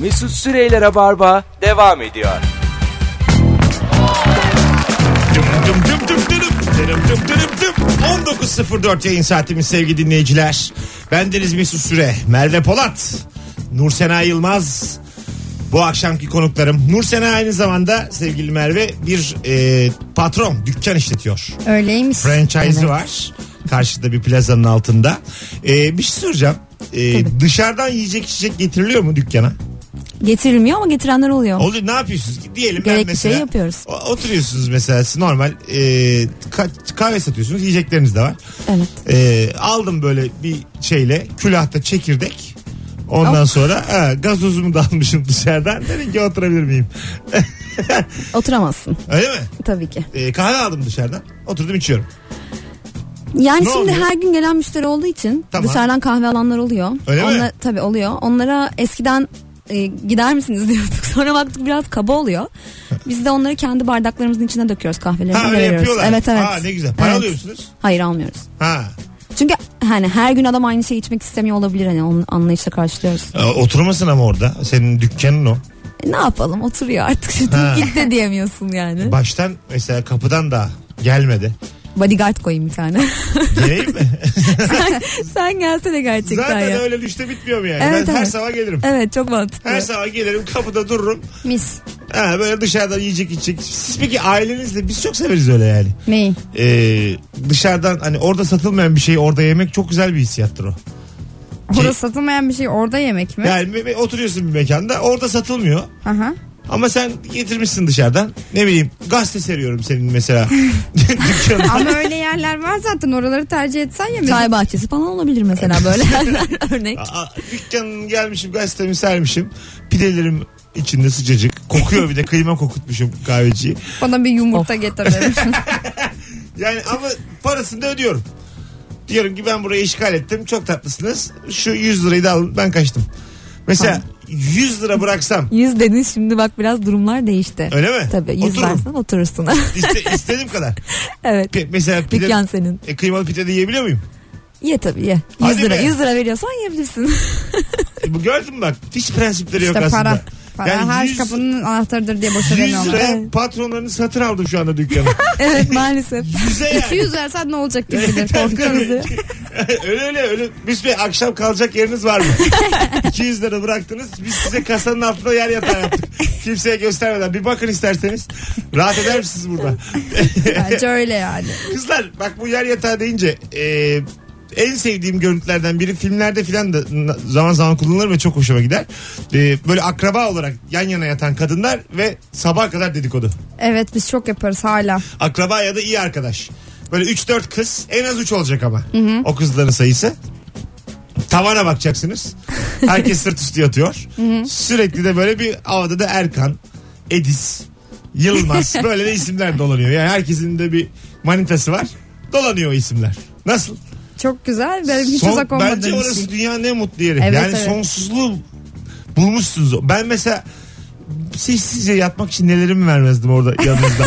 Mesut Süreyler'e barba devam ediyor. 19.04 yayın saatimiz sevgili dinleyiciler. Bendeniz Mesut Süre, Merve Polat, Nursena Yılmaz bu akşamki konuklarım. Nursena aynı zamanda sevgili Merve bir patron, dükkan işletiyor. Öyleymiş. Franchise'ı var. Karşıda bir plazanın altında. Bir şey soracağım. Dışarıdan yiyecek içecek getiriliyor mu dükkana? Getirilmiyor ama getirenler oluyor. Oluyor. Ne yapıyorsunuz? Diyelim gerekli ben mesela. şey yapıyoruz. Oturuyorsunuz mesela, siz normal kahve satıyorsunuz. Yiyecekleriniz de var. Evet. Aldım böyle bir şeyle külahta çekirdek. Ondan sonra gazozumu da almışım dışarıdan. Dedim ki oturabilir miyim? Oturamazsın. Öyle mi? Tabii ki. Kahve aldım dışarıdan. Oturdum içiyorum. Yani Ne şimdi oluyor? her gün gelen müşteri olduğu için Tamam. dışarıdan kahve alanlar oluyor. Öyle mi? Tabii oluyor. Onlara eskiden gider misiniz diyorduk. Sonra baktık biraz kaba oluyor. Biz de onları kendi bardaklarımızın içine döküyoruz, kahvelerimizi Ha öyle veriyoruz. yapıyorlar. Evet evet. Ne güzel. Para Evet. alıyor musunuz? Hayır, almıyoruz. Ha. Çünkü hani her gün adam aynı şeyi içmek istemiyor olabilir, hani onun anlayışla karşılıyoruz. Oturmasın ama orada. Senin dükkanın o. Ne yapalım, oturuyor artık. Şimdi git de diyemiyorsun yani. Baştan mesela kapıdan da gelmedi. Bodyguard koyayım bir tane. Geleyim mi? sen gelsene gerçekten Zaten ya. öyle düşte bitmiyor mu yani? Evet, Ben her evet. sabah gelirim. Evet, çok mantıklı. Her sabah gelirim, kapıda dururum. Mis. Böyle dışarıdan yiyecek içecek. Siz peki ailenizle, biz çok severiz öyle yani. Neyi? Dışarıdan hani orada satılmayan bir şeyi orada yemek çok güzel bir hissiyattır o. Orada satılmayan bir şey orada yemek mi? Yani oturuyorsun bir mekanda, orada satılmıyor. Aha. Ama sen getirmişsin dışarıdan. Ne bileyim, gazete seriyorum senin mesela. Dükkanında. Ama öyle yerler var zaten, oraları tercih etsen ya. Çay bahçesi falan olabilir mesela, böyle örnek. Dükkanın gelmişim, gazetemi sermişim. Pidelerim içinde sıcacık. Kokuyor, bir de kıyma kokutmuşum kahveciyi. Bana bir yumurta getirelim. Yani ama parasını da ödüyorum. Diyorum ki ben burayı işgal ettim. Çok tatlısınız. Şu 100 lirayı da alın, ben kaçtım. Mesela 100 lira bıraksam. 100 dedin, şimdi bak biraz durumlar değişti. Öyle mi? Tabii 100 Otururum. versen oturursun. İstediğim kadar. Evet. Mesela pide, Dükkan senin. Kıymalı pide de yiyebiliyor muyum? Ye tabii, ye. 100 Hadi lira be. 100 lira veriyorsan yiyebilirsin. Bu gördün mü bak, hiç prensipleri yok İşte aslında. para. Para Yani her 100 kapının anahtarıdır diye boşa 100 demiyorlar. liraya patronlarını satın aldım şu anda dükkanı. Evet, maalesef. 100'e yani. 200 versen ne olacak gibi bilir. Tabii, Korkuyoruz. öyle. Müslü Bey, akşam kalacak yeriniz var mı? 200 lira bıraktınız. Biz size kasanın altında yer yatağı yaptık. Kimseye göstermeden. Bir bakın isterseniz. Rahat eder misiniz burada? Bence öyle yani. Kızlar bak, bu yer yatağı deyince en sevdiğim görüntülerden biri, filmlerde filan da zaman zaman kullanılır ve çok hoşuma gider. Böyle akraba olarak yan yana yatan kadınlar ve sabaha kadar dedikodu. Evet, biz çok yaparız hala. Akraba ya da iyi arkadaş. Böyle 3-4 kız, en az 3 olacak ama. O kızların sayısı. Tavana bakacaksınız. Herkes sırt üstü yatıyor. Sürekli de böyle bir havada da Erkan, Edis, Yılmaz, böyle de isimler dolanıyor. Yani herkesin de bir manitası var. Dolanıyor o isimler. Nasıl? Çok güzel. Benim hiç uzak olmadığım bence bir orası şey. dünyanın en mutlu yeri. Evet, yani evet. sonsuzluğu bulmuşsunuz. Ben mesela sessizce yatmak için nelerimi vermezdim orada yanınızda.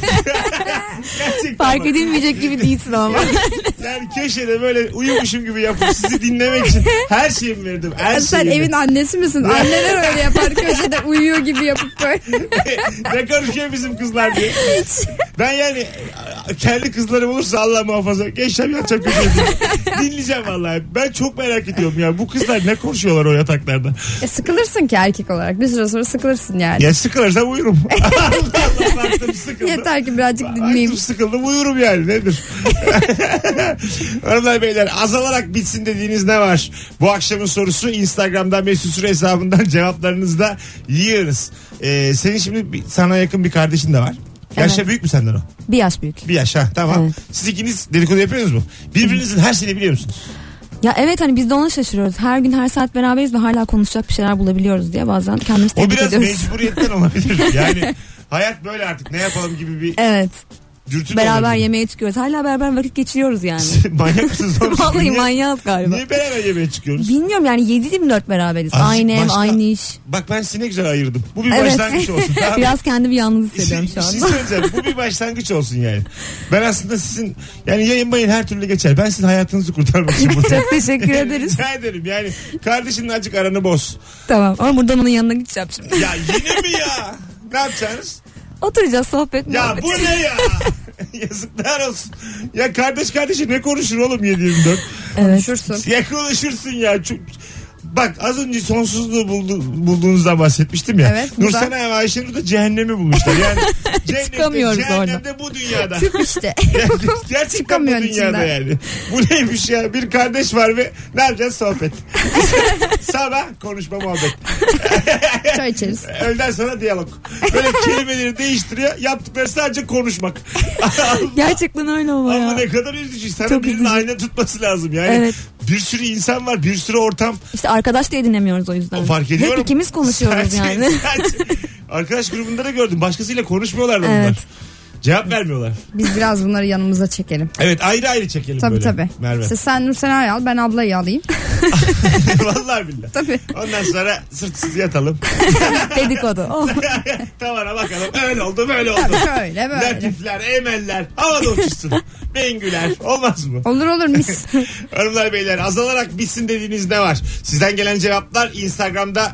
Gerçekten Fark bak. edilmeyecek gibi değilsin ama. Yani köşede böyle uyumuşum gibi yapıp sizi dinlemek için her şeyimi verdim. Her Sen şeyimi. evin annesi misin? Anneler öyle yapar, köşede uyuyor gibi yapıp böyle. Ne konuşuyor bizim kızlar diye. Ben yani kendi kızları olursa Allah muhafaza geçeceğim, yatacağım köşede. Dinleyeceğim vallahi. Ben çok merak ediyorum ya. Bu kızlar ne konuşuyorlar o yataklarda? Sıkılırsın ki erkek olarak. Bir süre sonra sıkılırsın yani. Ya sıkılırsam uyurum. Allah baktım sıkıldım. Yeter ki birazcık dinleyeyim. Baktım sıkıldım, uyurum yani, nedir? Hanımlar beyler, azalarak bitsin dediğiniz ne var? Bu akşamın sorusu Instagram'dan Mesut Süre hesabından cevaplarınızı da yığınız. Senin şimdi sana yakın bir kardeşin de var. Yaşça Evet. büyük mü senden o? Bir yaş büyük. Bir yaş, ha tamam. Evet. Siz ikiniz dedikodu yapıyorsunuz mu? Birbirinizin her şeyini biliyor musunuz? Ya evet, hani biz de ona şaşırıyoruz. Her gün her saat beraberiz ve hala konuşacak bir şeyler bulabiliyoruz diye bazen kendimizi O tebrik biraz ediyoruz. mecburiyetten olabilir. Yani hayat böyle artık, ne yapalım gibi bir Evet. Dürtü de Beraber olabilir. yemeğe çıkıyoruz. Hala beraber vakit geçiriyoruz yani. Manyak mısınız oğlum? Vallahi Niye- manyağız galiba. Niye beraber yemeğe çıkıyoruz? Bilmiyorum yani 7-24 beraberiz. Azıcık Aynı ev, başka- aynı iş. Bak ben sizi ne güzel ayırdım. Bu bir Evet. başlangıç olsun. Tamam mı? Biraz kendimi yalnız hissediyorum Bir şu şey anda. söyleyeceğim. Bu bir başlangıç olsun yani. Ben aslında sizin yani yayın her türlü geçer. Ben sizin hayatınızı kurtarmak için buradayım. Çok teşekkür ederiz. Rica ederim yani. Kardeşinle azıcık aranı boz. Tamam ama buradan onun yanına gideceğim şimdi. Ya yine mi ya? Ne yapacaksınız? Oturacağız sohbet Ya muhabbet. bu ne ya? Yazıklar olsun. Ya kardeşi ne konuşur oğlum 7-24? Evet. Konuşursun. Ya konuşursun ya. Bak az önce sonsuzluğu bulduğunuzdan bahsetmiştim ya. Evet, bu da- Nursana ve Ayşenur da cehennemi bulmuşlar. Yani Çıkamıyoruz cehennemde bu dünyada. Tüp işte. Yani gerçekten bu Çıkamıyor dünyada içinden. yani. Bu neymiş ya? Bir kardeş var ve ne yapacağız? Sohbet. Sabah konuşma muhabbet. Çay içeriz. Öğleden sonra diyalog. Böyle kelimeleri değiştiriyor. Yaptıkları sadece konuşmak. Gerçekten öyle ama Ama ya. ne kadar üzücü. Sana Çok birinin üzücü. ayna tutması lazım. Yani Evet. bir sürü insan var. Bir sürü ortam. İşte arkadaş da edinemiyoruz o yüzden. Fark ediyorum. Hep ikimiz konuşuyoruz yani. Arkadaş grubunda da gördüm. Başkasıyla konuşmuyorlar da bunlar. Evet. Cevap vermiyorlar. Biz biraz bunları yanımıza çekelim. Evet ayrı ayrı çekelim Tabii böyle. tabii. Merve. İşte sen Nursena'yı al, ben ablayı alayım. Vallahi billahi. Tabii. Ondan sonra sırtsız yatalım. Dedikodu. Oh. Tavana bakalım. Öyle oldu böyle oldu. Tabii şöyle böyle. Latifler, emeller havada uçuşsun. Bengüler olmaz mı? Olur olur mis. Hanımlar beyler azalarak bitsin dediğiniz ne var? Sizden gelen cevaplar Instagram'da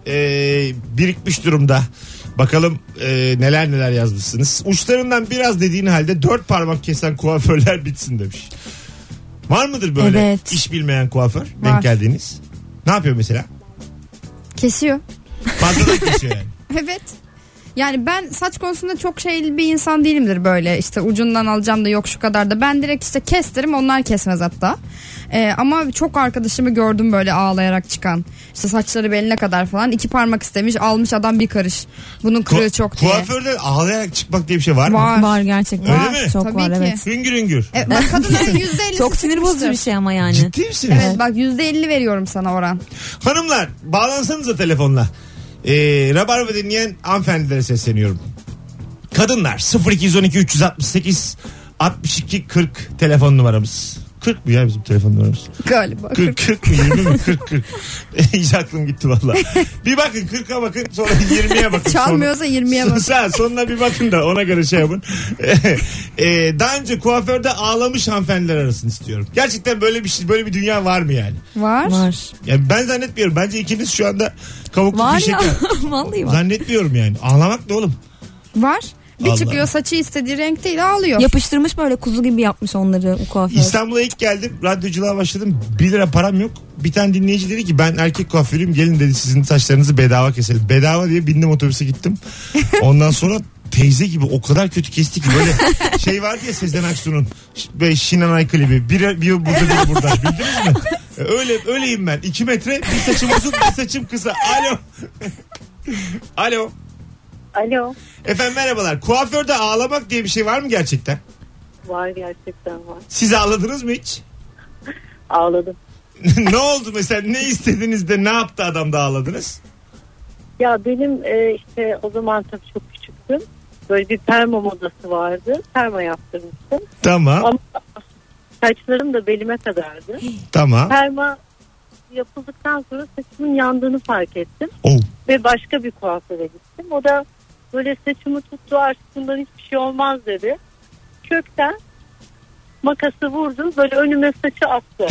birikmiş durumda. Bakalım neler yazmışsınız. Uçlarından biraz dediğin halde 4 parmak kesen kuaförler bitsin demiş. Var mıdır böyle Evet. iş bilmeyen kuaför? Var. Denk geldiğiniz. Ne yapıyor mesela? Kesiyor. Fazladan kesiyor yani. Evet. Yani ben saç konusunda çok şeyli bir insan değilimdir böyle. İşte ucundan alacağım da yok şu kadar da. Ben direkt işte kestirim, onlar kesmez hatta. Ama çok arkadaşımı gördüm böyle ağlayarak çıkan. İşte saçları beline kadar falan. 2 parmak istemiş, almış adam bir karış. Bunun kırığı çok diye. Kuaförde ağlayarak çıkmak diye bir şey var mı? Var. Var gerçekten. Öyle mi? Çok Tabii var ki. evet. Hüngür hüngür. Bak kadınların %50'si Çok sinir bozucu bir şey ama yani. Ciddi misiniz? Evet bak %50 veriyorum sana oran. Hanımlar bağlansanıza telefonla. Rabarba dinleyen hanımefendilere sesleniyorum. Kadınlar 0212 368 62 40 telefon numaramız. 40 mı ya bizim telefon numaramız? Galiba. 40 mı 20 mi 40. İyice aklım gitti valla. Bir bakın 40'a bakın sonra 20'ye bakın. Çalmıyorsa 20'ye bak. Sonuna bir bakın da ona göre şey yapın. Daha önce kuaförde ağlamış hanımefendiler arasını istiyorum. Gerçekten böyle bir şey, böyle bir dünya var mı yani? Var. Var. Yani ben zannetmiyorum. Bence ikiniz şu anda kavuklu Var bir ya. şeker. Vallahi var. Zannetmiyorum yani. Ağlamak ne oğlum? Var. Bir Allah. çıkıyor saçı istediği renk değil ağlıyor. Yapıştırmış böyle kuzu gibi yapmış onları o kuaför. İstanbul'a ilk geldim. Radyoculuğa başladım. 1 lira param yok. Bir tane dinleyici dedi ki ben erkek kuaförüyüm. Gelin dedi sizin saçlarınızı bedava keselim. Bedava diye bindim otobüse gittim. Ondan sonra teyze gibi o kadar kötü kesti ki böyle şey vardı ya Sezen Aksu'nun ve Şinanay klibi. Bir burada bir burada. Bildiniz mi? Öyleyim ben. 2 metre bir saçım uzun bir saçım kısa. Alo. Alo. Alo. Efendim merhabalar. Kuaförde ağlamak diye bir şey var mı gerçekten? Var, gerçekten var. Siz ağladınız mı hiç? Ağladım. Ne oldu mesela? Ne istediniz de ne yaptı adam da ağladınız? Ya benim işte o zaman tabii çok küçüktüm. Böyle bir perma modası vardı. Perma yaptırmıştım. Tamam. Ama saçlarım da belime kadardı. Tamam. Perma yapıldıktan sonra saçımın yandığını fark ettim. Oh. Ve başka bir kuaföre gittim. O da böyle saçımı tuttu, aslında hiçbir şey olmaz dedi. Kökten makası vurdu, böyle önüme saçı attı.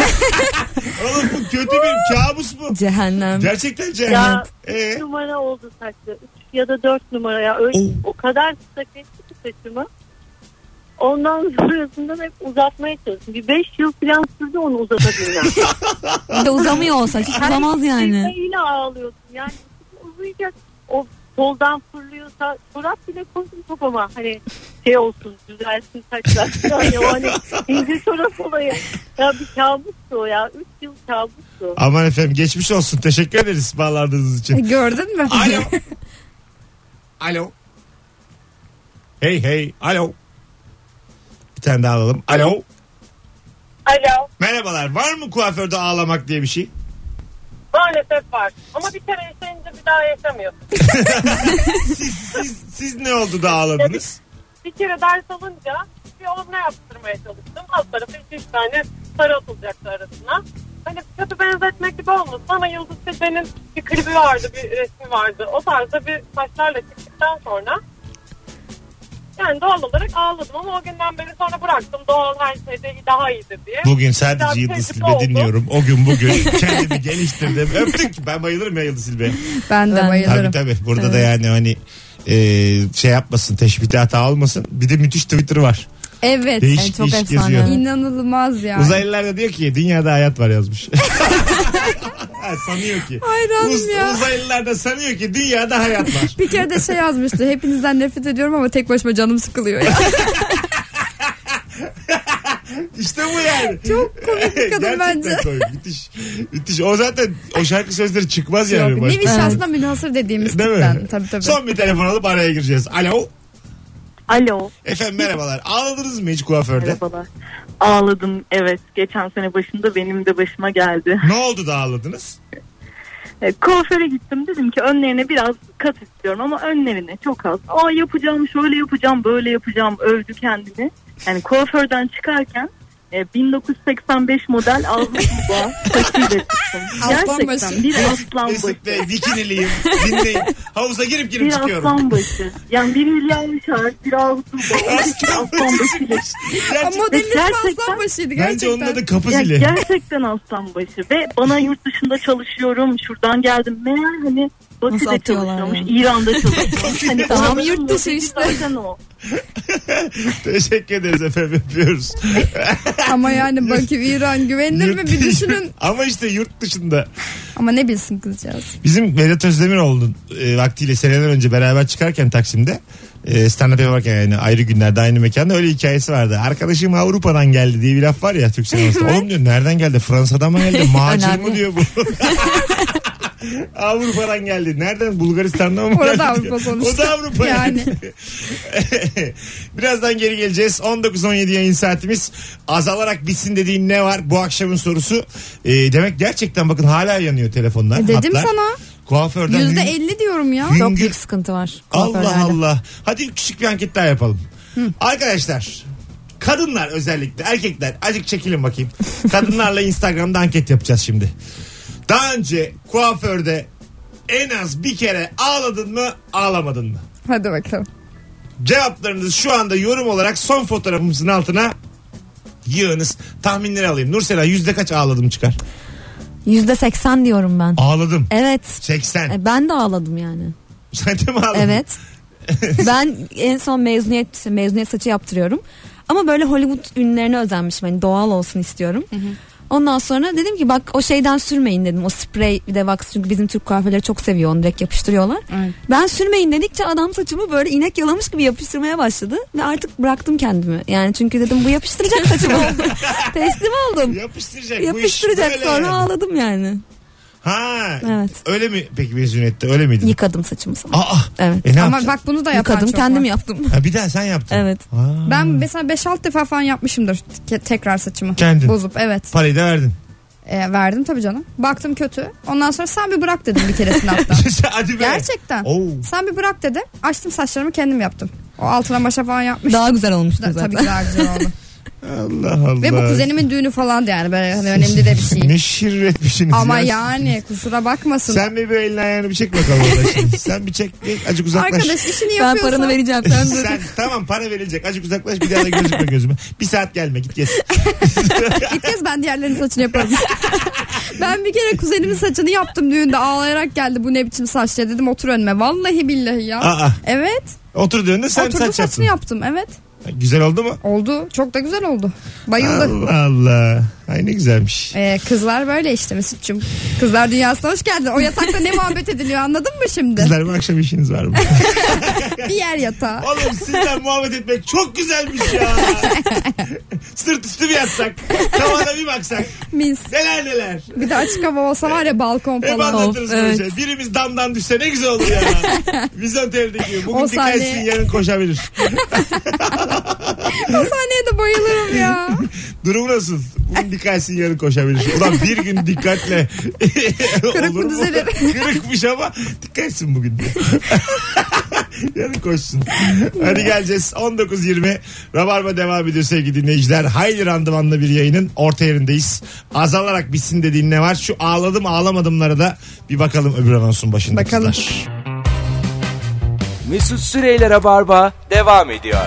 Oğlum bu kötü bir kabus mu? Cehennem. Gerçekten cehennem. Ya Ee? 3 numara oldu saçı. 3 ya da 4 numara ya. Öyle, o kadar kısa kesti ki saçımı. Ondan sonrasında hep uzatmaya çalıştım. Bir 5 yıl falan sürdü onu uzatabilmem. Bir de uzamıyor o saç. Hiç uzamaz yani. Yine ağlıyordum. Yani uzayacak. O soldan fırlıyorsa çorap bile koydum topama. Hani şey olsun, düzelsin saçlar. Yani o hani ince çorap olayı. Ya bir kabustu o ya. 3 yıl kabustu. Aman efendim geçmiş olsun. Teşekkür ederiz bağlandığınız için. Gördün mü? Alo. Alo. Hey. Alo. Bir tane daha alalım. Alo. Alo. Merhabalar. Var mı kuaförde ağlamak diye bir şey? Maalesef var. Ama bir kere yaşayınca bir daha yaşamıyorsun. Siz ne oldu da ağladınız? bir kere ders alınca bir onunla yaptırmaya çalıştım. Alt tarafı 2-3 tane sarı atılacaktı arasına. Hani kötü benzetmek gibi olmasın ama Yıldız Tilbe'nin bir klibi vardı, bir resmi vardı. O tarzda bir saçlarla çıktıktan sonra yani doğal olarak ağladım ama o günden beri sonra bıraktım. Doğal her şeyde daha iyidir diye. Bugün sadece Yıldız Tilbe dinliyorum. O gün bugün kendimi geliştirdim. Öptük. Ben bayılırım ya Yıldız Tilbe. Ben de bayılırım. Tabii. Burada da yani hani şey yapmasın, teşbihte hata olmasın. Bir de müthiş Twitter var. Evet. Değişik çok değişik efsane. geziyor. İnanılmaz yani. Uzaylılar da diyor ki dünyada hayat var yazmış. Sanıyor ki. Hayranım ya. Uzaylılar da sanıyor ki dünyada hayat var. Bir kere de şey yazmıştı. Hepinizden nefret ediyorum ama tek başıma canım sıkılıyor ya. İşte bu yani. Çok komik bir kadın bence. Gerçekten komik. Müthiş. O zaten o şarkı sözleri çıkmaz yani. Yok, nevi şahsına münhasır dediğimiz değil tipten. mi? Tabii. Son bir telefon alıp araya gireceğiz. Alo. Alo. Efendim merhabalar. Ağladınız mı hiç kuaförde? Merhabalar. Ağladım, evet. Geçen sene başında benim de başıma geldi. Ne oldu da ağladınız? Kuaföre gittim, dedim ki önlerine biraz kat istiyorum ama önlerine çok az. Yapacağım, şöyle yapacağım, böyle yapacağım, övdü kendini. Yani kuaförden çıkarken 1985 model ağzı kubağı saçıyla çıktım. Gerçekten bir aslan başı. Mesut Bey bikiniliyim. Dinleyin. Havuza girip Bir çıkıyorum. aslan başı. Yani bir Hülya Avşar, bir ağzı kubağı. Aslan başıyla. Modeliniz Gerçekten- aslan başıydı Bence gerçekten. onun adı kapı Ya zili. gerçekten aslan başı ve bana yurt dışında çalışıyorum, şuradan geldim. Meğer hani Nasıl Bakü'de atıyorlar çalışıyormuş, yani? İran'da çalışıyormuş. Hani Tamam, oranın yurt dışı motivi işte. zaten o. Teşekkür ederiz efendim. Öpüyoruz. Ama yani Bakü, İran güvenilir mi bir düşünün. Ama işte yurt dışında. Ama ne bilsin kızcağız. Bizim Vedat Özdemiroğlu'nun vaktiyle seneler önce beraber çıkarken Taksim'de stand-up yaparken yani ayrı günlerde aynı mekanda öyle hikayesi vardı. Arkadaşım Avrupa'dan geldi diye bir laf var ya Türk sinemasında. Oğlum diyor nereden geldi? Fransa'dan mı geldi? Macir Önemli. mi diyor bu? Avrupa'dan geldi. Nereden? Bulgaristan'dan mı Orada geldi? Avrupa diyor. sonuçta. O da Avrupa yani. Birazdan geri geleceğiz. 19-17 yayın saatimiz. Azalarak bitsin dediğin ne var? Bu akşamın sorusu. Demek gerçekten bakın hala yanıyor telefonlar. Dedim hatlar. sana. Kuaförden %50 diyorum ya. Hüngür- Çok büyük sıkıntı var. Allah kuaförlerde. Allah. Hadi küçük bir anket daha yapalım. Arkadaşlar kadınlar özellikle erkekler azıcık çekilin bakayım. Kadınlarla Instagram'da anket yapacağız şimdi. Daha önce kuaförde en az bir kere ağladın mı ağlamadın mı? Hadi bakalım. Cevaplarınızı şu anda yorum olarak son fotoğrafımızın altına yığınız. Tahminleri alayım. Nursela yüzde kaç ağladım çıkar? %80 diyorum ben. Ağladım. Evet. 80. Ben de ağladım yani. Sen de mi ağladın? Evet. Ben en son mezuniyet saçı yaptırıyorum. Ama böyle Hollywood ünlülerine özenmişim. Hani doğal olsun istiyorum. Ondan sonra dedim ki bak o şeyden sürmeyin dedim. O sprey bir de wax çünkü bizim Türk kuaförleri çok seviyor onu direkt yapıştırıyorlar. Evet. Ben sürmeyin dedikçe adam saçımı böyle inek yalamış gibi yapıştırmaya başladı. Ve artık bıraktım kendimi. Yani çünkü dedim bu yapıştıracak saçımı. Teslim oldum. Yapıştıracak. Bu iş Yapıştıracak böyle sonra yani. ağladım yani. Ha. Evet. Öyle mi peki mezuniyette öyle miydin? Yıkadım saçımı sonra. Aa. Evet. Ne Ama yapacaksın? bak bunu da yapan Yıkadım çok kendim var. yaptım. Ha, bir daha sen yaptın. Evet. Aa. Ben mesela 5-6 defa falan yapmışımdır tekrar saçımı. Kendin. Bozup evet. Parayı da verdin. Verdim tabii canım. Baktım kötü. Ondan sonra sen bir bırak dedim bir keresinde hatta. Hadi be. Gerçekten. Oo. Sen bir bırak dedim. Açtım saçlarımı kendim yaptım. O altına başa falan yapmış. Daha güzel olmuştu zaten. Tabii ki daha güzel oldu. Allah Allah. Ve bu kuzenimin düğünü falan yani böyle hani önemli de bir şey. Ne şirretmişsiniz Ama ya. yani kusura bakmasın. Sen bir elini ayağını bir çek bakalım orada şimdi. Sen bir çek bir azıcık uzaklaş. Arkadaş işini Ben yapıyorsa. paranı vereceğim sen dur. Sen tamam para verilecek azıcık uzaklaş bir daha da gözükme gözüme. Bir saat gelme git gez. İlk kez ben diğerlerinin saçını yaparım. Ben bir kere kuzenimin saçını yaptım düğünde ağlayarak geldi bu ne biçim saç diye dedim otur önüme. Vallahi billahi ya. Aa. Evet. Otur döndün sen Oturdum saç yaptın. saçını yaptım evet. Güzel oldu mu? Oldu. Çok da güzel oldu. Bayıldı. Allah Allah. Ay ne güzelmiş. Kızlar böyle işte Mesut'cum. Kızlar dünyasına hoş geldin. O yatakta ne muhabbet ediliyor anladın mı şimdi? Kızlar bu akşam işiniz var mı? Bir yer yatağı. Oğlum sizden muhabbet etmek çok güzelmiş ya. Sırt üstü bir yatsak. Tavana bir baksak. Mis. Neler neler. Bir de açık hava olsa var ya balkon Hep falan. anlatırız böyle evet. şey. Birimiz damdan düşse ne güzel olur ya. Vizyon TV'deki bugün O dikersin sahne- yarın koşabilir. O sahneye de bayılırım ya. Durum nasıl? Bugün dikersin yarın koşabilir. Ulan bir gün dikkatle Kırık olur mı mu? düzelir? Kırıkmış ama dikersin bugün diye. Yarın koşsun. Hadi geleceğiz. 19.20 Rabarba devam ediyor sevgili dinleyiciler. Hayli randımanlı bir yayının orta yerindeyiz. Azalarak bitsin dediğin ne var? Şu ağladım ağlamadımlara da bir bakalım öbür anonsun başında. Bakalım. Kızlar. Mesut Süreyler'e barba devam ediyor.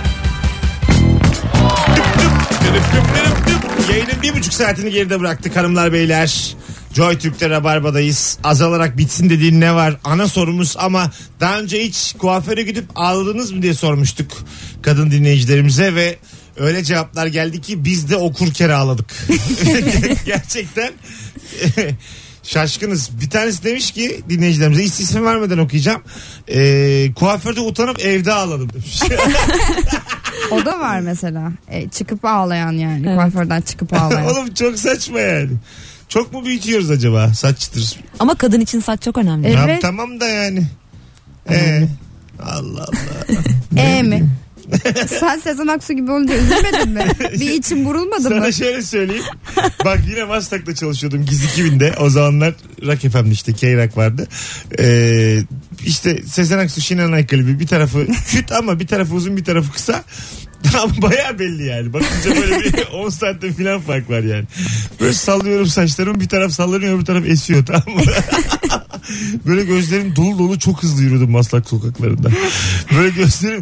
Yayının 1,5 saatini geride bıraktık hanımlar beyler. Joy Türk'te Rabarba'dayız. Azalarak bitsin dediğin ne var? Ana sorumuz ama daha önce hiç kuaföre gidip ağladınız mı diye sormuştuk kadın dinleyicilerimize ve öyle cevaplar geldi ki biz de okurken ağladık. Gerçekten şaşkınız. Bir tanesi demiş ki dinleyicilerimize, hiç isim vermeden okuyacağım. Kuaförde utanıp evde ağladım demiş. O da var mesela. Çıkıp ağlayan yani. Evet. Kuaförden çıkıp ağlayan. Oğlum çok saçma yani. Çok mu büyütüyoruz acaba saçtır? Ama kadın için saç çok önemli. Evet. Ya, tamam da yani. Allah Allah. Mi? Sen Sezen Aksu gibi olunca üzülmedin mi? Bir için burulmadı mı? Sana şöyle söyleyeyim. Bak yine Maslak'ta çalışıyordum Gizli Kivin'de. O zamanlar Rock FM'de işte K-Rock vardı. İşte Sezen Aksu Şinan Aykırı bir tarafı küt ama bir tarafı uzun bir tarafı kısa. Tamam bayağı belli yani. Bakınca böyle bir 10 santim falan fark var yani. Böyle sallıyorum saçlarımı, bir taraf sallanıyor öbür taraf esiyor, tamam mı? Böyle gözlerim dolu dolu çok hızlı yürüdüm Maslak sokaklarında. Böyle gözlerim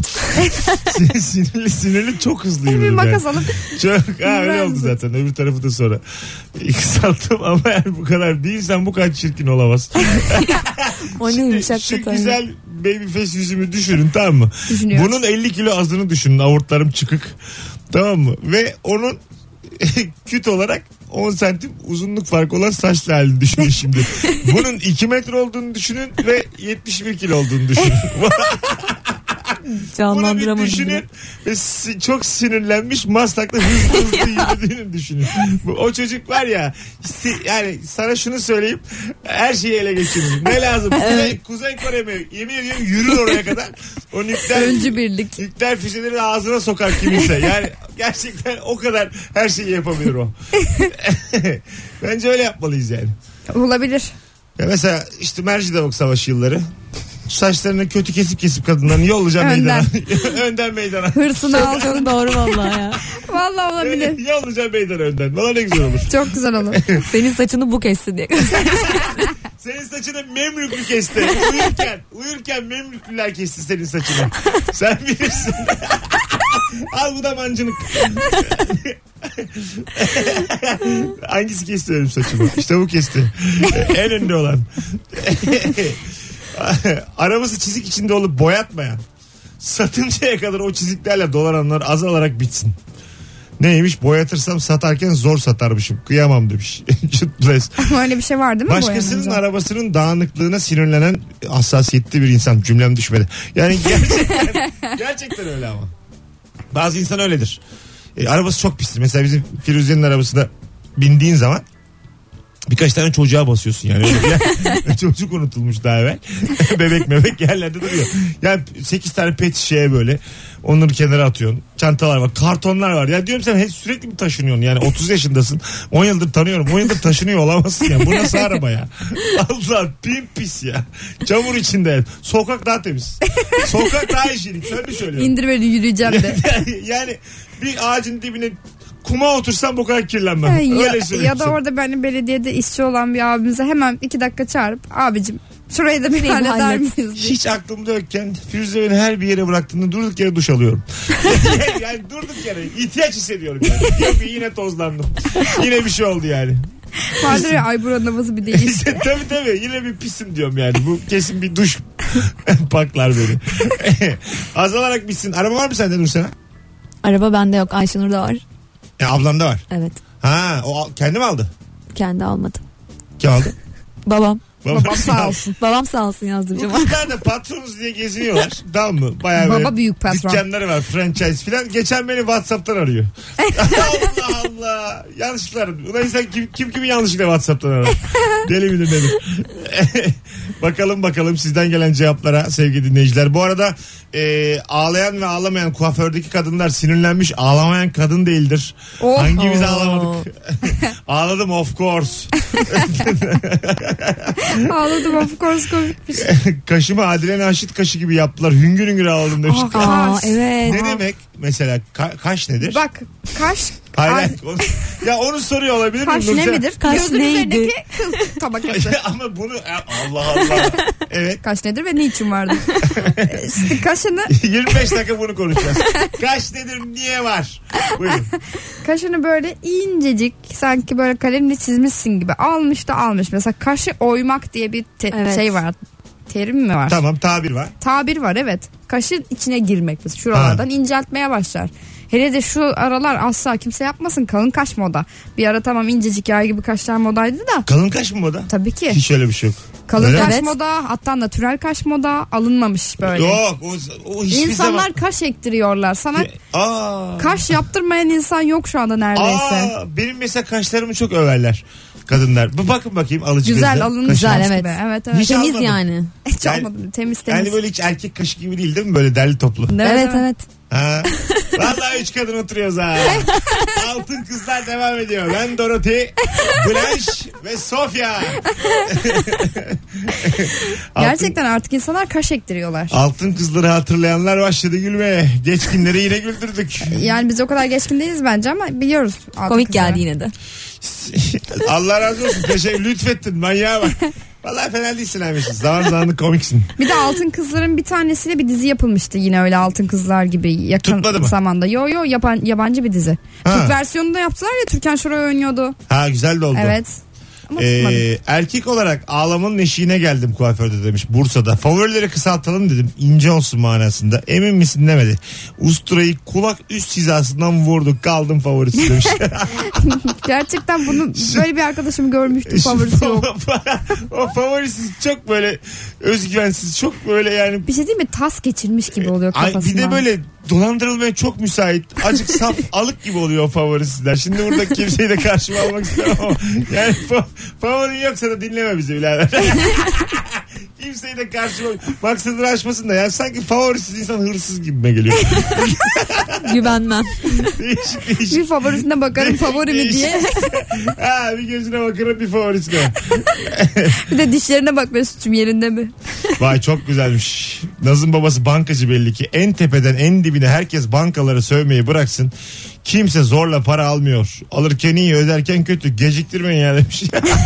sinirli çok hızlı yürüdüm. Bir makas alıp. Çok öyle oldu zaten. Öbür tarafı da sonra kısalttım ama yani bu kadar değilsen bu kadar çirkin olamaz. O neymiş Şu hakikaten. güzel baby face yüzümü düşünün, tamam mı? Düşünüyoruz. Bunun 50 kilo azını düşünün, avurtlarım çıkık, tamam mı? Ve onun küt olarak 10 santim uzunluk farkı olan saçlı halini düşünün şimdi. Bunun 2 metre olduğunu düşünün ve 71 kilo olduğunu düşünün. Bunu bir düşünün ve çok sinirlenmiş Maslak'ta hızlı yürüdüğünü düşünün. O çocuk var ya, yani sana şunu söyleyeyim, her şeyi ele geçirir. Ne lazım? Kuzey Kore mi? Yemin ediyorum yürür oraya kadar. O Öncü birlik. Nükleer füzeleri ağzına sokar kimse. Yani gerçekten o kadar her şeyi yapabilir o. Bence öyle yapmalıyız yani. Olabilir. Ya mesela işte Mercidavuk Savaşı yılları. Saçlarını kötü kesip kadınların yollayacağım meydana. Önden meydana. Hırsını alsın. Doğru vallahi ya. Vallahi olabilir. Yollayacağım meydana önden. Valla ne güzel olur. Çok güzel olur. Senin saçını bu kesti diye. Senin saçını Memlüklü kesti. Uyurken Memlüklüler kesti senin saçını. Sen bilirsin. Al bu da mancınık. Hangisi kesti benim saçımı? İşte bu kesti. En önde olan. Arabası çizik içinde olup boyatmayan, satıncaya kadar o çiziklerle dolananlar azalarak bitsin. Neymiş? Boyatırsam satarken zor satarmışım. Kıyamam demiş. Ama öyle bir şey var değil mi? Başkasının arabasının dağınıklığına sinirlenen hassasiyetli bir insan. Cümlem düşmedi. Yani gerçekten öyle ama. Bazı insan öyledir. Arabası çok pistir. Mesela bizim Firuze'nin arabasına bindiğin zaman birkaç tane çocuğa basıyorsun yani. Çocuk unutulmuş daha evvel. Bebek yerlerde duruyor. Yani 8 tane pet şişeye böyle onları kenara atıyorsun. Çantalar var, kartonlar var. Ya diyorum sen sürekli mi taşınıyorsun? Yani 30 yaşındasın. 10 yıldır tanıyorum. 10 yıldır taşınıyor olamazsın ya. Bu nasıl araba ya? Allah pis ya. Çamur içinde. Sokak daha temiz. Sokak daha hijyenik. Sen mi söylüyorsun? İndir beni yürüyeceğim de. Yani bir ağacın dibine kuma otursam bu kadar kirlenmem. Öyle söyleyeyim. Ya da orada benim belediyede işçi olan bir abimize hemen 2 dakika çağırıp abicim şurayı da bir halleder miyiz diye. Hiç aklımda yokken Firuze beni her bir yere bıraktığında durduk yere duş alıyorum. Yani durduk yere ihtiyaç hissediyorum yani. Yok, yine tozlandım. Yine bir şey oldu yani. Vardır ya ay buranın havası bir değişti. Tabii yine bir pisim diyorum yani. Bu kesin bir duş paklar beni. Azalarak bitsin. Araba var mı sende Nursena? Araba bende yok. Ayşenur'da var. Ablamda var. Evet. Ha, o kendi mi aldı? Kendi almadı. Kim aldı? Babam. Babam sağ olsun. Babam sağ olsun yazdıracağım. Bu kızlar da patronuz diye geziniyorlar. Tamam mı? Bayağı Baba böyle büyük patron. dükkanları var, franchise filan. Geçen beni WhatsApp'tan arıyor. Allah Allah. Yanlışlıklar. Ulan insan kim kimi yanlışlıkla WhatsApp'tan arar? Deli midir nedir? Bakalım sizden gelen cevaplara sevgili dinleyiciler. Bu arada ağlayan ve ağlamayan kuafördeki kadınlar sinirlenmiş. Ağlamayan kadın değildir. Oh. Hangimiz ağlamadık? Ağladım of course. Ağladım of course, komikmiş. Kaşımı Adile Naşit kaşı gibi yaptılar. Hüngür hüngür ağladım demiş. Evet. Ne demek mesela kaş nedir? Bak kaş. Hayır. Ya onu soruyor olabilir miyim? Kaş ne midir? Kaş Gözün neydi? üzerindeki kıl tabakası. Ama bunu Allah Allah. Evet. Kaş nedir ve niçin vardır? İşte kaşını 25 dakika bunu konuşacağız. Kaş nedir, niye var? Buyurun. kaşını böyle incecik sanki böyle kalemle çizmişsin gibi almış da almış. Mesela kaşı oymak diye bir Evet. şey var. Terim mi var? Tamam, tabir var. Tabir var, evet. Kaşın içine girmek mesela. Şuralardan inceltmeye başlar. Hele de şu aralar asla kimse yapmasın, kalın kaş moda. Bir ara tamam incecik yay gibi kaşlar modaydı da. Kalın kaş mı moda? Tabii ki. Hiç öyle bir şey yok. Kalın Öyle kaş mi? moda, hatta natürel kaş moda, alınmamış böyle. Yok o hiçbir İnsanlar zaman. kaş ektiriyorlar. Sana Aa. kaş yaptırmayan insan yok şu anda neredeyse. Benim mesela kaşlarımı çok överler kadınlar. Bakın bakayım alıcı Güzel gözle. alınmış. Kaşım. Güzel, evet. gibi. Evet evet. Hiç Temiz almadım. yani. Hiç Yani- olmadı. Temiz. Yani böyle hiç erkek kaşı gibi değil mi? Böyle derli toplu. Evet. Ha. Vallahi 3 kadın oturuyoruz ha. Altın kızlar devam ediyor. Ben Dorothy, Blanche ve Sofia. Gerçekten artık insanlar kaş ektiriyorlar. Altın kızları hatırlayanlar başladı gülmeye. Geç günleri yine güldürdük. Yani biz o kadar geçkin değiliz bence ama biliyoruz. Komik kızları. geldi yine de. Allah razı olsun. Teşekkür, lütfettin manyağa bak. Vallahi fena değilsin abi. Zaman komiksin. Bir de Altın Kızlar'ın bir tanesiyle bir dizi yapılmıştı yine öyle Altın Kızlar gibi yakın Tutmadı mı? zamanda. Yo yabancı bir dizi. Ha. Türk versiyonunu da yaptılar ya, Türkan Şoray oynuyordu. Ha, güzel de oldu. Evet. Ama tutmadı. Erkek olarak ağlamanın eşiğine geldim kuaförde demiş Bursa'da. Favorileri kısaltalım dedim. İnce olsun manasında. Emin misin demedi. Usturayı kulak üst hizasından vurduk. Kaldım favorisi demiş. Gerçekten bunu böyle bir arkadaşım görmüştüm, favorisi yok. O favorisiz çok böyle özgüvensiz, çok böyle yani. Bir şey değil mi? Tas geçirmiş gibi oluyor Ay, kafasından. bir de böyle dolandırılmaya çok müsait. Acık saf alık gibi oluyor o favorisizler. Şimdi burada kimseyi de karşıma almak istemem ama. Yani favorin yoksa da dinleme bizi birader. Kimseyi de karşıma maksadını aşmasın da. Yani sanki favorisiz insan hırsız gibime geliyor. Güvenmem. değişik. Bir favorisine bakarım favori mi diye. Ha, bir gözüne bakarım bir favorisine. Bir de dişlerine bak, Mesut'cum yerinde mi? Vay çok güzelmiş. Naz'ın babası bankacı belli ki. En tepeden en dibine herkes bankaları sövmeyi bıraksın. Kimse zorla para almıyor. Alırken iyi, öderken kötü. Geciktirmeyin ya demiş.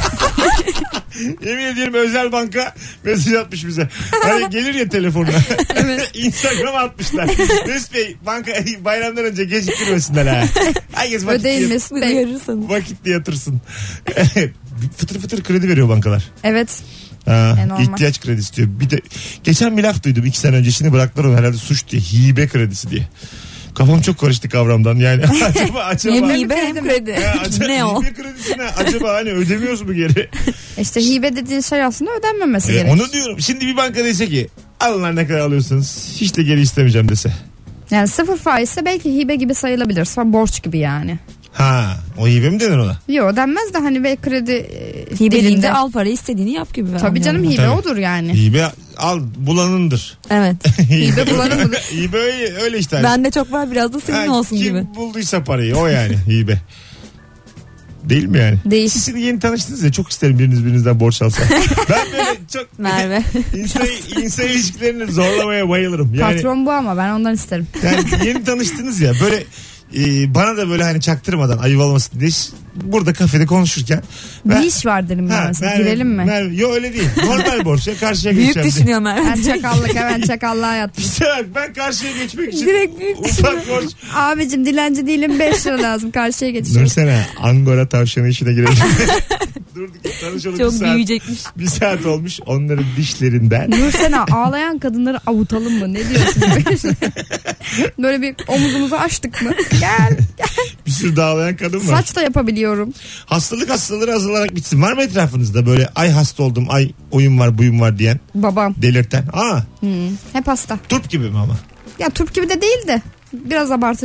Yemin ediyorum özel banka mesaj atmış bize. Hani gelir ya telefonuna. Evet. Instagram'a atmışlar. Mesut Bey banka bayramdan önce geciktirmesinler ha. Herkes Ödeyin Mesut Bey. Uyarırsanız. vakitli yatırsın. Fıtır fıtır kredi veriyor bankalar. Evet. Ha, normal. ihtiyaç kredi istiyor. Bir de geçen bir laf duydum 2 sene öncesini bıraktılar onu herhalde suç diye. Hibe kredisi diye. Kafam çok karıştı kavramdan yani. acaba Hem hibe hem kredi. acaba, Ne o? hibe kredisi ne? Acaba hani ödemiyoruz mu geri? İşte hibe dediğin şey aslında ödenmemesi gerekir. Onu diyorum. Şimdi bir banka dese ki alın ne kadar alıyorsanız hiç de geri istemeyeceğim dese. Yani sıfır faizse belki hibe gibi sayılabilir. Sonra borç gibi yani. Ha, o hibe mi denir ona? Yok denmez de hani ve kredi Hibeliğinde dilinde. al parayı istediğini yap gibi. Tabii canım, anlıyorum hibe Tabii. odur yani. Hibe al bulanındır. ben. Evet. Hibe bulanın mıdır? Hibe öyle işte. Bende çok var, biraz da senin Ha, olsun kim gibi. bulduysa parayı o yani hibe. Değil mi yani? Değil. Siz şimdi yeni tanıştınız ya, çok isterim birinizden borç alsa. Ben böyle çok Merve. insan ilişkilerini zorlamaya bayılırım. Yani, Patron bu ama ben ondan isterim. yani yeni tanıştınız ya böyle bana da böyle hani çaktırmadan ayıp olmasın diye burada kafede konuşurken. Bir iş var derim ben mesela. Girelim mi? Yok öyle değil. Normal borç ya, karşıya Büyük geçeceğim. düşünüyor Merve. Ben çakallık, hemen çakallığa yattım. İşte bak, ben karşıya geçmek için Direkt büyük ufak borç. Abicim dilenci değilim, 5 lira lazım, karşıya geçiyorum. Dursana, Angora tavşanı işine girelim. Durduk tanışalım, Çok bir saat, büyüyecekmiş. bir saat olmuş onların dişlerinden. Nursena, ağlayan kadınları avutalım mı? Ne diyorsun? Böyle bir omuzumuzu açtık mı? Gel. Bir sürü dağlayan kadın var. Saç da yapabiliyorum. Hastalık hastaları hazırlanarak bitsin. Var mı etrafınızda böyle ay hasta oldum, ay oyun var buyum var diyen, Babam. delirten? Hep hasta. Turp gibi mi ama? Ya Türk gibi de değil de biraz abartılı.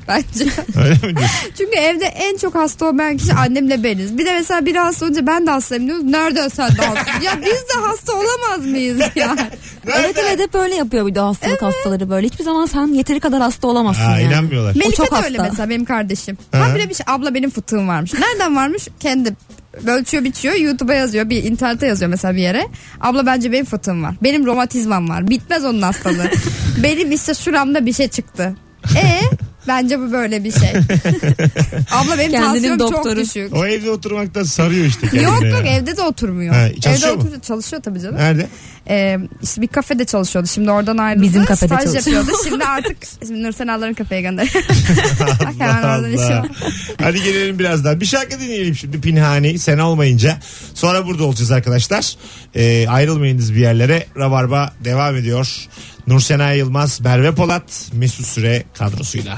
bence. Öyle mi diyorsun? Çünkü evde en çok hasta olmayan kişi annemle beniz. Bir de mesela biri hasta olunca ben de hastayım diyoruz. Nereden sen de hastasın? Ya biz de hasta olamaz mıyız yani? Evet hep öyle yapıyor bir de hastalık hastaları böyle. Hiçbir zaman sen yeteri kadar hasta olamazsın Aa, yani. inanmıyorlar. Melike çok de hasta. öyle mesela benim kardeşim. Ha. Habire bir şey, abla benim fıtığım varmış. Nereden varmış? Kendi ölçüyor biçiyor, YouTube'a yazıyor, bir internete yazıyor mesela bir yere. Abla bence benim fıtığım var. Benim romatizmam var. Bitmez onun hastalığı. Benim işte şuramda bir şey çıktı. Bence bu böyle bir şey. Abla benim Kendinin tansiyonum çok doktoru. düşük. O evde oturmaktan sarıyor işte kendine. Yok ya. evde de oturmuyor. Ha, çalışıyor evde mu? çalışıyor tabii canım. Nerede? İşte bir kafede çalışıyordu. Şimdi oradan ayrıldı. Bizim kafede Staj çalışıyor. yapıyordu. Şimdi artık Nursel Ağlar'ın kafeye gönderiyor. Hemen oradan işi var. Hadi gelelim birazdan. Bir şarkı dinleyelim şimdi Pinhani. Sen olmayınca. Sonra burada olacağız arkadaşlar. Ayrılmayınız bir yerlere. Rabarba devam ediyor. Nursena Yılmaz, Merve Polat, Mesut Süre kadrosuyla.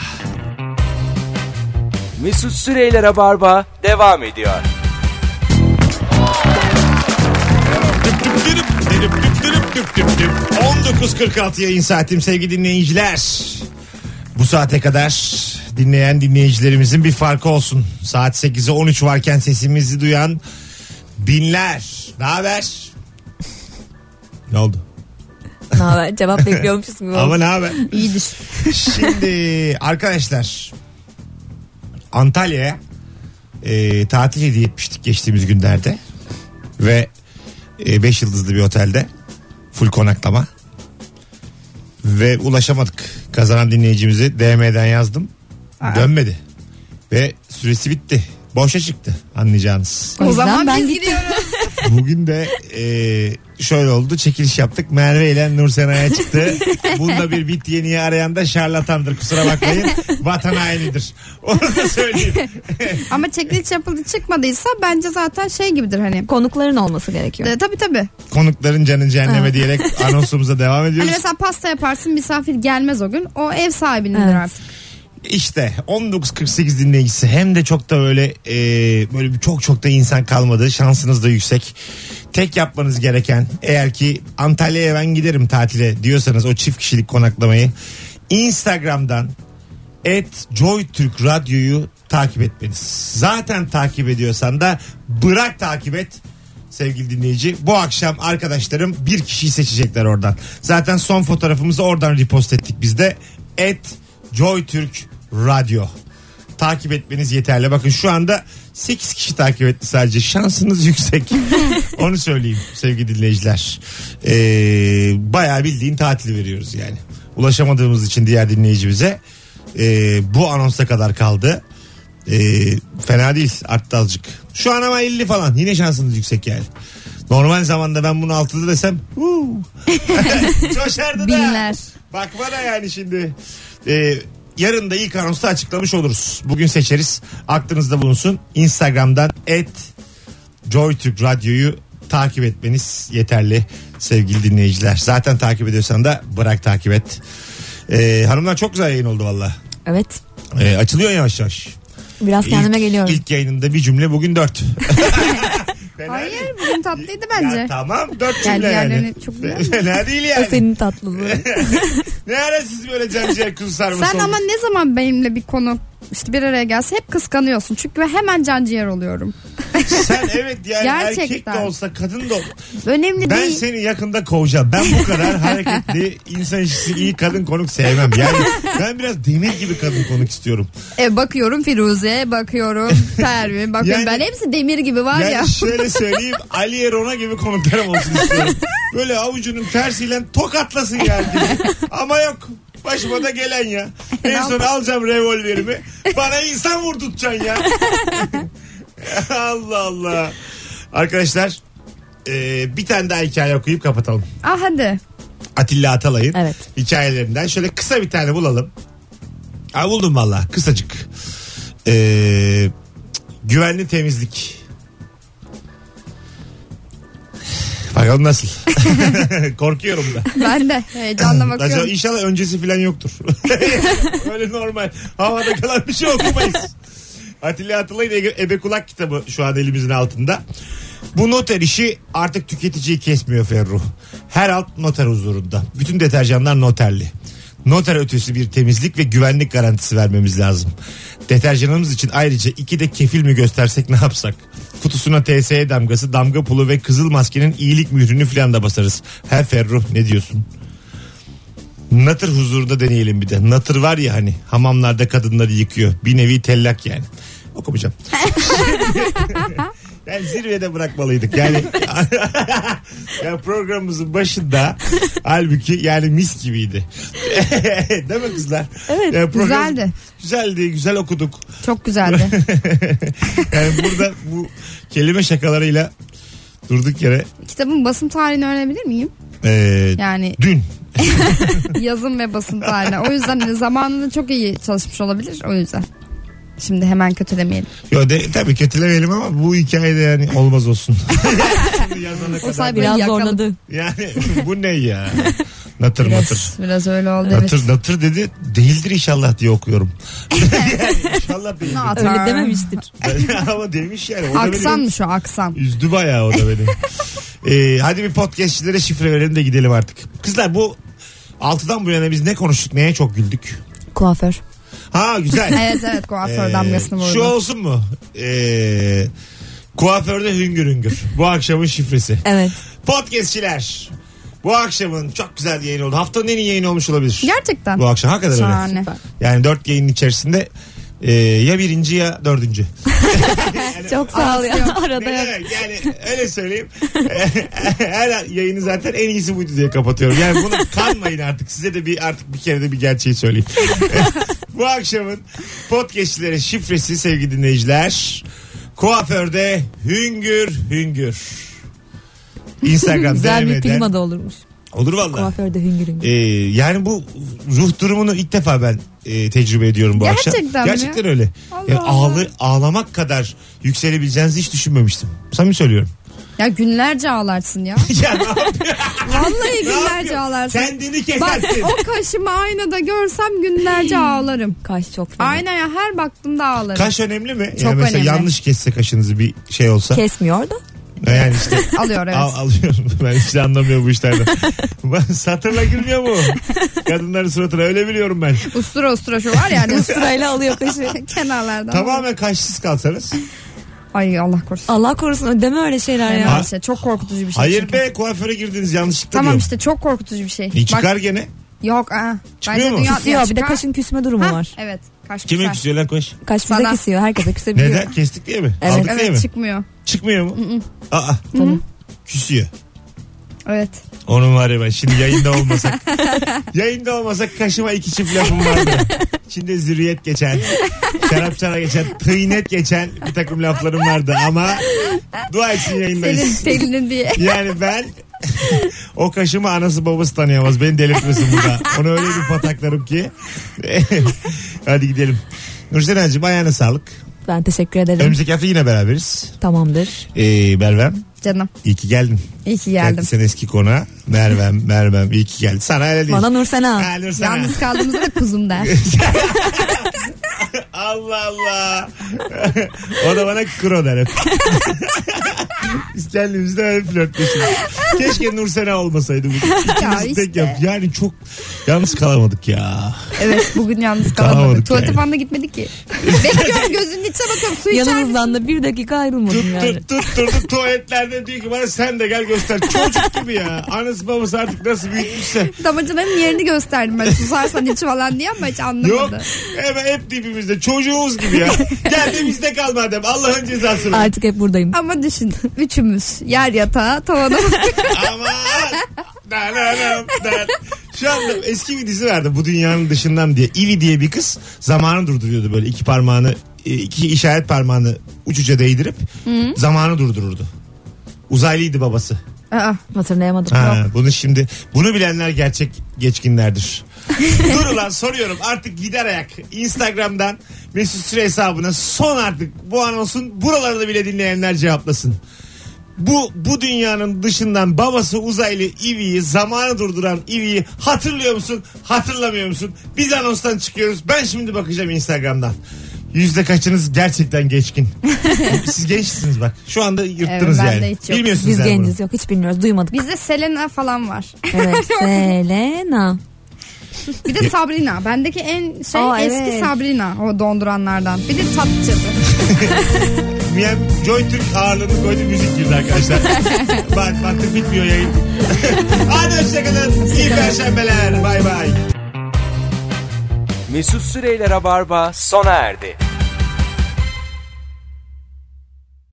Mesut Süreyler'e barba devam ediyor. 19.46 yayın saatim sevgili dinleyiciler. Bu saate kadar dinleyen dinleyicilerimizin bir farkı olsun. Saat 8'e 13 varken sesimizi duyan binler. Ne haber? Ne oldu? Ne haber? Cevap bekliyormuşuz gibi. Ama ne haber? İyidir. Şimdi arkadaşlar Antalya'ya tatil hediye etmiştik geçtiğimiz günlerde. Ve 5 yıldızlı bir otelde full konaklama. Ve ulaşamadık. Kazanan dinleyicimizi DM'den yazdım. Dönmedi. Ve süresi bitti. Boşa çıktı anlayacağınız. O yüzden zaman ben biz gittim. gidiyoruz. Bugün de şöyle oldu. Çekiliş yaptık. Merve ile Nursena'ya çıktı. Bunda bir bit yeniyi arayan da şarlatandır. Kusura bakmayın. Vatan hainidir. Onu da söyleyeyim. Ama çekiliş yapıldı çıkmadıysa bence zaten şey gibidir hani. Konukların olması gerekiyor. Tabii. Konukların canı cehenneme diyerek anonsumuza devam ediyoruz. Hani mesela pasta yaparsın misafir gelmez o gün. O ev sahibinindir Evet. artık. İşte 19.48 dinleyicisi hem de çok da böyle böyle çok da insan kalmadı. Şansınız da yüksek. Tek yapmanız gereken eğer ki Antalya'ya ben giderim tatile diyorsanız o çift kişilik konaklamayı Instagram'dan @JoyTürkRadyo'yu takip etmeniz. Zaten takip ediyorsan da bırak takip et. Sevgili dinleyici bu akşam arkadaşlarım bir kişiyi seçecekler oradan. Zaten son fotoğrafımızı oradan repost ettik biz de. @JoyTürkRadyo takip etmeniz yeterli. Bakın şu anda 8 kişi takip etti sadece. Şansınız yüksek. Onu söyleyeyim sevgili dinleyiciler. Bayağı bildiğin tatili veriyoruz yani. Ulaşamadığımız için diğer dinleyicimize bu anonsa kadar kaldı. Fena değil, arttı azıcık. Şu an ama 50 falan. Yine şansınız yüksek yani. Normal zamanda ben bunu 6'da desem coşardı da. Binler. Bak bana yani şimdi. Yarın da ilk anonsta açıklamış oluruz. Bugün seçeriz. Aklınızda bulunsun. Instagram'dan @JoyTürkRadyo'yu takip etmeniz yeterli sevgili dinleyiciler. Zaten takip ediyorsan da bırak takip et. Hanımlar çok güzel yayın oldu valla. Evet. Açılıyor yavaş yavaş. Biraz kendime geliyorum. İlk yayınında bir cümle, bugün 4. Hayır bugün tatlıydı bence. Ya tamam 4 Yani cümle yani. diğerlerini çok güzel. Fena değil O yani. senin tatlılığın. Ne ara siz böyle canciğer kuzu sarması Sen ama ne zaman benimle bir konu işte bir araya gelse hep kıskanıyorsun. Çünkü ben hemen canciğer oluyorum. Sen evet yani Gerçekten. erkek de olsa kadın da Önemli ben değil. seni yakında kovacağım. Ben bu kadar hareketli, insan ilişkisi iyi kadın konuk sevmem. Yani ben biraz demir gibi kadın konuk istiyorum. Bakıyorum Firuze, bakıyorum Pervin, bakıyorum Yani- ben hepsi demir gibi var Yani ya. şöyle söyleyeyim, Ali Erona gibi konuklarım olsun istiyorum. Böyle avucunun tersiyle tokatlasın yani. Ama yok. Başıma da gelen ya. En son alacağım revolverimi. Bana insan vurdurtacaksın ya. Allah Allah. Arkadaşlar bir tane daha hikaye okuyup kapatalım. Hadi. Atilla Atalay'ın Evet. hikayelerinden şöyle kısa bir tane bulalım. Buldum valla kısacık. Güvenli temizlik. Bakalım nasıl. Korkuyorum da. Ben de heyecanla Acaba bakıyorum. inşallah öncesi falan yoktur. Öyle normal. Havada kalan bir şey okumayız. Atilla Atalay'ın Ebe Kulak kitabı şu an elimizin altında. Bu noter işi artık tüketiciyi kesmiyor Ferruh. Her alt noter huzurunda. Bütün deterjanlar noterli. noter ötesi bir temizlik ve güvenlik garantisi vermemiz lazım. Deterjanımız için ayrıca 2 de kefil mi göstersek ne yapsak? Kutusuna TSE damgası, damga pulu ve kızıl maskenin iyilik mührünü falan da basarız. He Ferruh, ne diyorsun? Natır huzurda deneyelim bir de. Natır var ya hani hamamlarda kadınları yıkıyor. Bir nevi tellak yani. Okumayacağım. Yani zirvede bırakmalıydık. Yani programımızın başında halbuki yani mis gibiydi. Değil mi kızlar? Evet, yani güzeldi. Güzeldi, güzel okuduk. Çok güzeldi. Yani burada bu kelime şakalarıyla durduk yere. Kitabın basım tarihini öğrenebilir miyim? Yani dün. yazım ve basım tarihine. O yüzden zamanında çok iyi çalışmış olabilir. O yüzden. Şimdi hemen kötülemeyelim. Tabii kötülemeyelim ama bu hikayede yani olmaz olsun. O say biraz zorladı. Yani bu ne ya? Natır matır. Biraz öyle oldu. Natır, evet. Natır dedi, değildir inşallah diye okuyorum. Yani inşallah değildir. Öyle dememiştir. Ama demiş yani. Aksanmış o, aksan. Üzdü bayağı o da beni. Hadi bir podcastçilere şifre verelim de gidelim artık. Kızlar bu 6'dan bu yana biz ne konuştuk, neye çok güldük? Kuaför. Ha güzel. evet kuaför damgasını vurdu. Şu olsun mu? Kuaförde hüngür hüngür. Bu akşamın şifresi. Evet. Podcastçiler. Bu akşamın çok güzel yayın oldu. Haftanın en iyi yayını olmuş olabilir. Gerçekten. Bu akşam hakikaten şahane. öyle. Yani 4 yayının içerisinde ya birinci ya dördüncü. Yani, çok sağ ol ya. Arada yani öyle söyleyeyim. Her yayını zaten en iyisi buydu diye kapatıyorum. Yani bunu kanmayın artık. Size de artık bir kere de bir gerçeği söyleyeyim. Bu akşamın podcastçilere şifresi sevgili dinleyiciler. Kuaförde hüngür hüngür. Instagram güzel DM'den. bir film adı olurmuş. Olur valla. Kuaförde hüngür hüngür. Yani bu ruh durumunu ilk defa ben tecrübe ediyorum bu akşam. Gerçekten öyle. Yani ağlamak kadar yükselebileceğinizi hiç düşünmemiştim. Samimi söylüyorum. Ya günlerce ağlarsın ya. Ya ne yapıyorsun? Vallahi günlerce ağlarsın. Kendini kesersin. Bak o kaşımı aynada görsem günlerce ağlarım. Kaş çok fena. Aynaya her baktığımda ağlarım. Kaş önemli mi? Çok yani mesela önemli. yanlış kesse kaşınızı bir şey olsa. Kesmiyor da. Yani işte. Alıyor evet. Alıyorum. Ben hiç anlamıyorum bu işlerden. Satırla girmiyor mu? Kadınların suratına öyle biliyorum ben. Ustura şu var yani. Usturayla alıyor kaşı. Kenarlardan. Tamamen kaşsız kalsanız. Ay Allah korusun. Allah korusun, deme öyle şeyler ya. Şey, çok korkutucu bir şey. Hayır çünkü. be, kuaföre girdiniz yanlışlıkla tamam diyorum. işte çok korkutucu bir şey. Çıkar gene. Yok çıkmıyor mu? Küsüyor, bir de kaşın küsme durumu var. Evet. Kaş Kime küser. küsüyor lan kaş? Kaş bize küsüyor, herkese küsebiliyor. Neden? Kestik diye mi? Evet. Aldık diye mi? Evet çıkmıyor. Çıkmıyor mu? Aa. Küsüyor. Evet. Onun var ya, ben şimdi yayında olmasak kaşıma 2 çift lafım vardı. İçinde zürriyet geçen, şarapçana geçen, tıynet geçen bir takım laflarım vardı ama dua etsin yayındayız. Senin telinin diye. Yani ben o kaşımı anası babası tanıyamaz. Beni delirtmesin burada. Onu öyle bir pataklarım ki. Hadi gidelim. Nursenacığım ayağına sağlık. Ben teşekkür ederim. Önümüzdeki hafta yine beraberiz. Tamamdır. Mervem. Canım. İyi ki geldin. İyi ki geldim. Sen eski konağa. Mervem iyi ki geldin. Sana öyle değil. Bana Nursena. Ha, Nursena. Yalnız kaldığımızda da kuzum der. Allah Allah. O da bana kro der hep. Biz kendimizde öyle flörtleşiyoruz. Keşke Nursena olmasaydı bu. İkimiz tek yap. Yani çok yalnız kalamadık ya. Evet bugün yalnız Kalamadık kalamadık. Tuvalete yani. falan da gitmedik ki. Bekliyorum gözünün içine bakıyorum. Su içer misin? Yanımızdan da bir dakika ayrılmadım yani. Tutturdu tuvaletlerde diyor ki bana sen de gel göster. Çocuk gibi ya. Anası babası artık nasıl büyütmüşse. Damacanın yerini gösterdim ben. Susarsan iç falan diye ama hiç anlamadı. Yok. Hep dibimizde. Çocuğumuz gibi ya. Gel de bizde kal madem. Allah'ın cezası. Artık hep buradayım. Ama düşün. Üçümüz. Yer yatağı tavana Aman. Şu anda eski bir dizi vardı bu dünyanın dışından diye. Ivy diye bir kız zamanı durduruyordu böyle iki işaret parmağını uç uca değdirip zamanı durdururdu. Uzaylıydı babası. Hatırlayamadım. Bunu bilenler gerçek geçkinlerdir. Dur ulan soruyorum artık gider ayak Instagram'dan Mesut Süre hesabına son artık bu anonsun buralarını bile dinleyenler cevaplasın. Bu dünyanın dışından babası uzaylı Ivy'yi, zamanı durduran Ivy'yi hatırlıyor musun? Hatırlamıyor musun? Biz anonstan çıkıyoruz. Ben şimdi bakacağım Instagram'dan. %kaçınız gerçekten geçkin? Siz gençsiniz bak. Şu anda yırttınız evet, yani. Bilmiyorsunuz biz genciz bunu. yok hiç bilmiyoruz, duymadık. Bizde Selena falan var. Evet Selena. Bir de Sabrina. Bendeki en eski evet. Sabrina. O donduranlardan. Bir de tatlıcı. Miyem Joy Türk ağırlığını koydu, müzik girdi arkadaşlar. Baktık bitmiyor yayın. Hadi hoşçakalın. İyi perşembeler. Bay bay. Mesut Süreyler'e barba sona erdi.